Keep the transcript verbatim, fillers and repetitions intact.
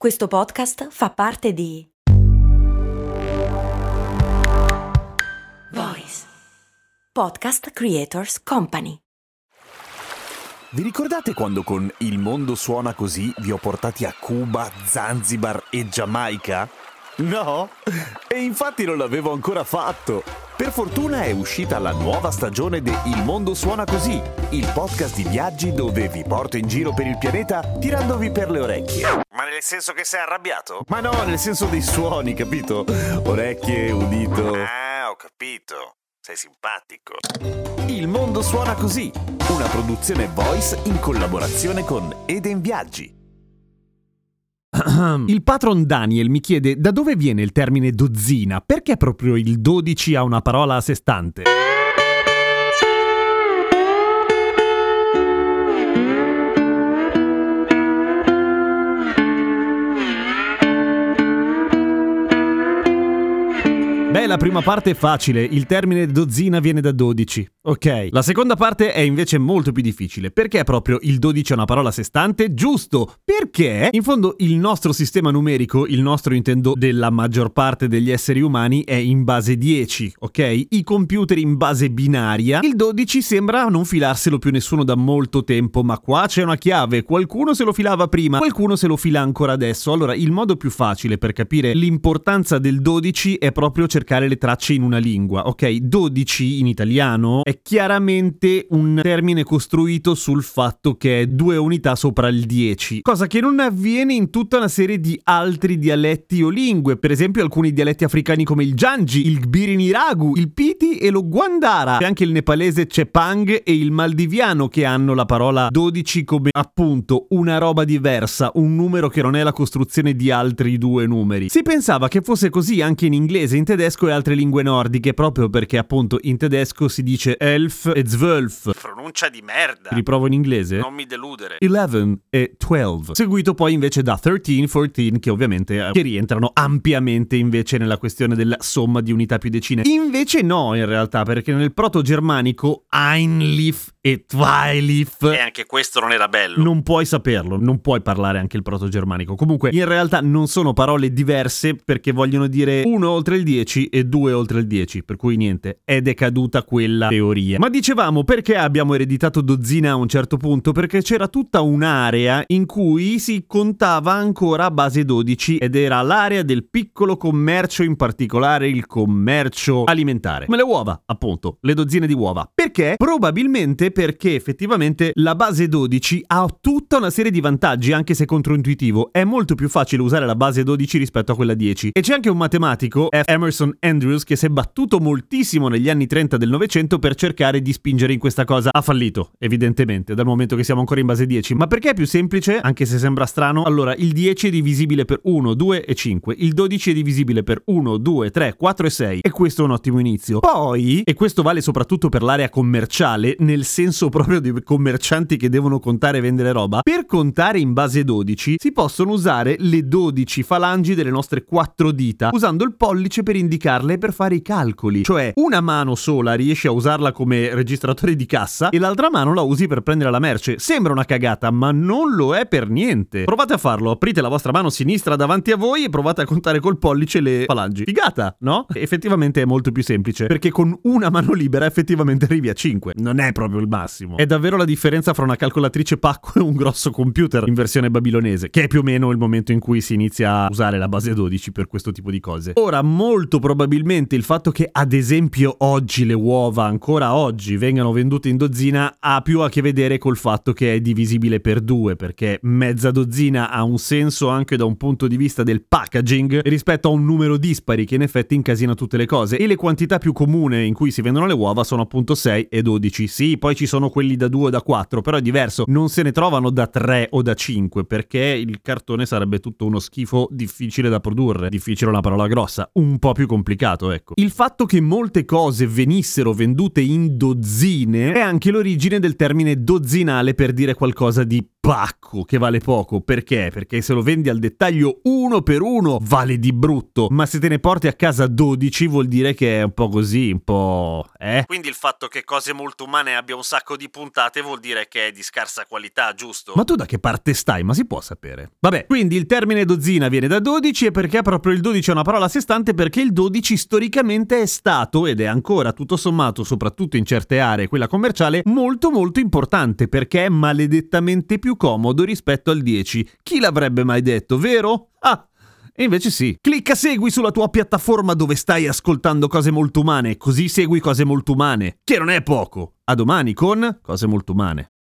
Questo podcast fa parte di Voice Podcast Creators Company. Vi ricordate quando con Il mondo suona così vi ho portati a Cuba, Zanzibar e Giamaica? No? E infatti non l'avevo ancora fatto. Per fortuna è uscita la nuova stagione di Il mondo suona così, il podcast di viaggi dove vi porto in giro per il pianeta tirandovi per le orecchie. Ma nel senso che sei arrabbiato? Ma no, nel senso dei suoni, capito? Orecchie, udito. Ah, ho capito. Sei simpatico. Il mondo suona così, una produzione Voice in collaborazione con Eden Viaggi. Il patron Daniel mi chiede da dove viene il termine dozzina, perché proprio il dodici ha una parola a sé stante. Beh, la prima parte è facile, il termine dozzina viene da dodici. Ok, la seconda parte è invece molto più difficile. Perché proprio il dodici è una parola a sé stante? Giusto, perché in fondo il nostro sistema numerico, il nostro intendo della maggior parte degli esseri umani, è in base dieci, ok? I computer in base binaria, il dodici sembra non filarselo più nessuno da molto tempo, ma qua c'è una chiave, qualcuno se lo filava prima, qualcuno se lo fila ancora adesso. Allora, il modo più facile per capire l'importanza del dodici è proprio cercare le tracce in una lingua, ok? dodici in italiano è chiaramente un termine costruito sul fatto che è due unità sopra il dieci, cosa che non avviene in tutta una serie di altri dialetti o lingue, per esempio alcuni dialetti africani come il Janji, il Gbiriniragu, il Piti e lo Gwandara. C'è anche il nepalese Chepang e il maldiviano che hanno la parola dodici come appunto una roba diversa, un numero che non è la costruzione di altri due numeri. Si pensava che fosse così anche in inglese, in tedesco e altre lingue nordiche, proprio perché appunto in tedesco si dice elf e zwölf. Pronuncia di merda. Riprovo in inglese? Non mi deludere. eleven e twelve. Seguito poi invece da thirteen, fourteen, che ovviamente eh, che rientrano ampiamente invece nella questione della somma di unità più decine. Invece no, in realtà, perché nel proto-germanico Einlif e Zweilif. E anche questo non era bello. Non puoi saperlo, non puoi parlare anche il proto-germanico. Comunque, in realtà non sono parole diverse perché vogliono dire uno oltre il dieci e due oltre il dieci, per cui niente, è decaduta quella teoria. Ma dicevamo, perché abbiamo ereditato dozzina a un certo punto? Perché c'era tutta un'area in cui si contava ancora a base dodici ed era l'area del piccolo commercio, in particolare il commercio alimentare. Come le uova, appunto, le dozzine di uova. Perché? Probabilmente perché effettivamente la base dodici ha tutta una serie di vantaggi, anche se controintuitivo. È molto più facile usare la base dodici rispetto a quella dieci. E c'è anche un matematico, F. Emerson Andrews, che si è battuto moltissimo negli anni trenta del Novecento per cercare di spingere in questa cosa. Ha fallito, evidentemente, dal momento che siamo ancora in base dieci. Ma perché è più semplice, anche se sembra strano? Allora, il dieci è divisibile per uno, due e cinque. Il dodici è divisibile per uno, due, tre, quattro e sei. E questo è un ottimo inizio. Poi, e questo vale soprattutto per l'area commerciale, nel senso proprio dei commercianti che devono contare e vendere roba, per contare in base dodici si possono usare le dodici falangi delle nostre quattro dita, usando il pollice per indicarle e per fare i calcoli. Cioè, una mano sola riesci a usarla come registratore di cassa e l'altra mano la usi per prendere la merce. Sembra una cagata, ma non lo è per niente. Provate a farlo, aprite la vostra mano sinistra davanti a voi e provate a contare col pollice le falangi. Figata, no? Effettivamente è molto più semplice, perché con una mano libera effettivamente arrivi a cinque. Non è proprio il massimo. È davvero la differenza fra una calcolatrice pacco e un grosso computer in versione babilonese, che è più o meno il momento in cui si inizia a usare la base dodici per questo tipo di cose. Ora, molto probabilmente il fatto che ad esempio oggi le uova, ancora oggi, vengano vendute in dozzina ha più a che vedere col fatto che è divisibile per due, perché mezza dozzina ha un senso anche da un punto di vista del packaging rispetto a un numero dispari che in effetti incasina tutte le cose, e le quantità più comuni in cui si vendono le uova sono appunto sei e dodici. Sì, poi ci sono quelli da due o da quattro, però è diverso, non se ne trovano da tre o da cinque, perché il cartone sarebbe tutto uno schifo difficile da produrre. Difficile è una parola grossa, un po' più complicato, ecco. Il fatto che molte cose venissero vendute in dozzine è anche l'origine del termine dozzinale per dire qualcosa di pacco che vale poco. Perché? Perché se lo vendi al dettaglio uno per uno vale di brutto, ma se te ne porti a casa dodici vuol dire che è un po' così, un po'... eh? Quindi il fatto che Cose Molto Umane abbia un sacco di puntate vuol dire che è di scarsa qualità, giusto? Ma tu da che parte stai? Ma si può sapere. Vabbè, quindi il termine dozzina viene da dodici, e perché proprio il dodici è una parola a sé stante? Perché il dodici storicamente è stato, ed è ancora tutto sommato, soprattutto in certe aree, quella commerciale, molto molto importante, perché è maledettamente più comodo rispetto al dieci. Chi l'avrebbe mai detto, vero? Ah! E invece sì. Clicca segui sulla tua piattaforma dove stai ascoltando Cose Molto Umane, così segui Cose Molto Umane, che non è poco. A domani con Cose Molto Umane.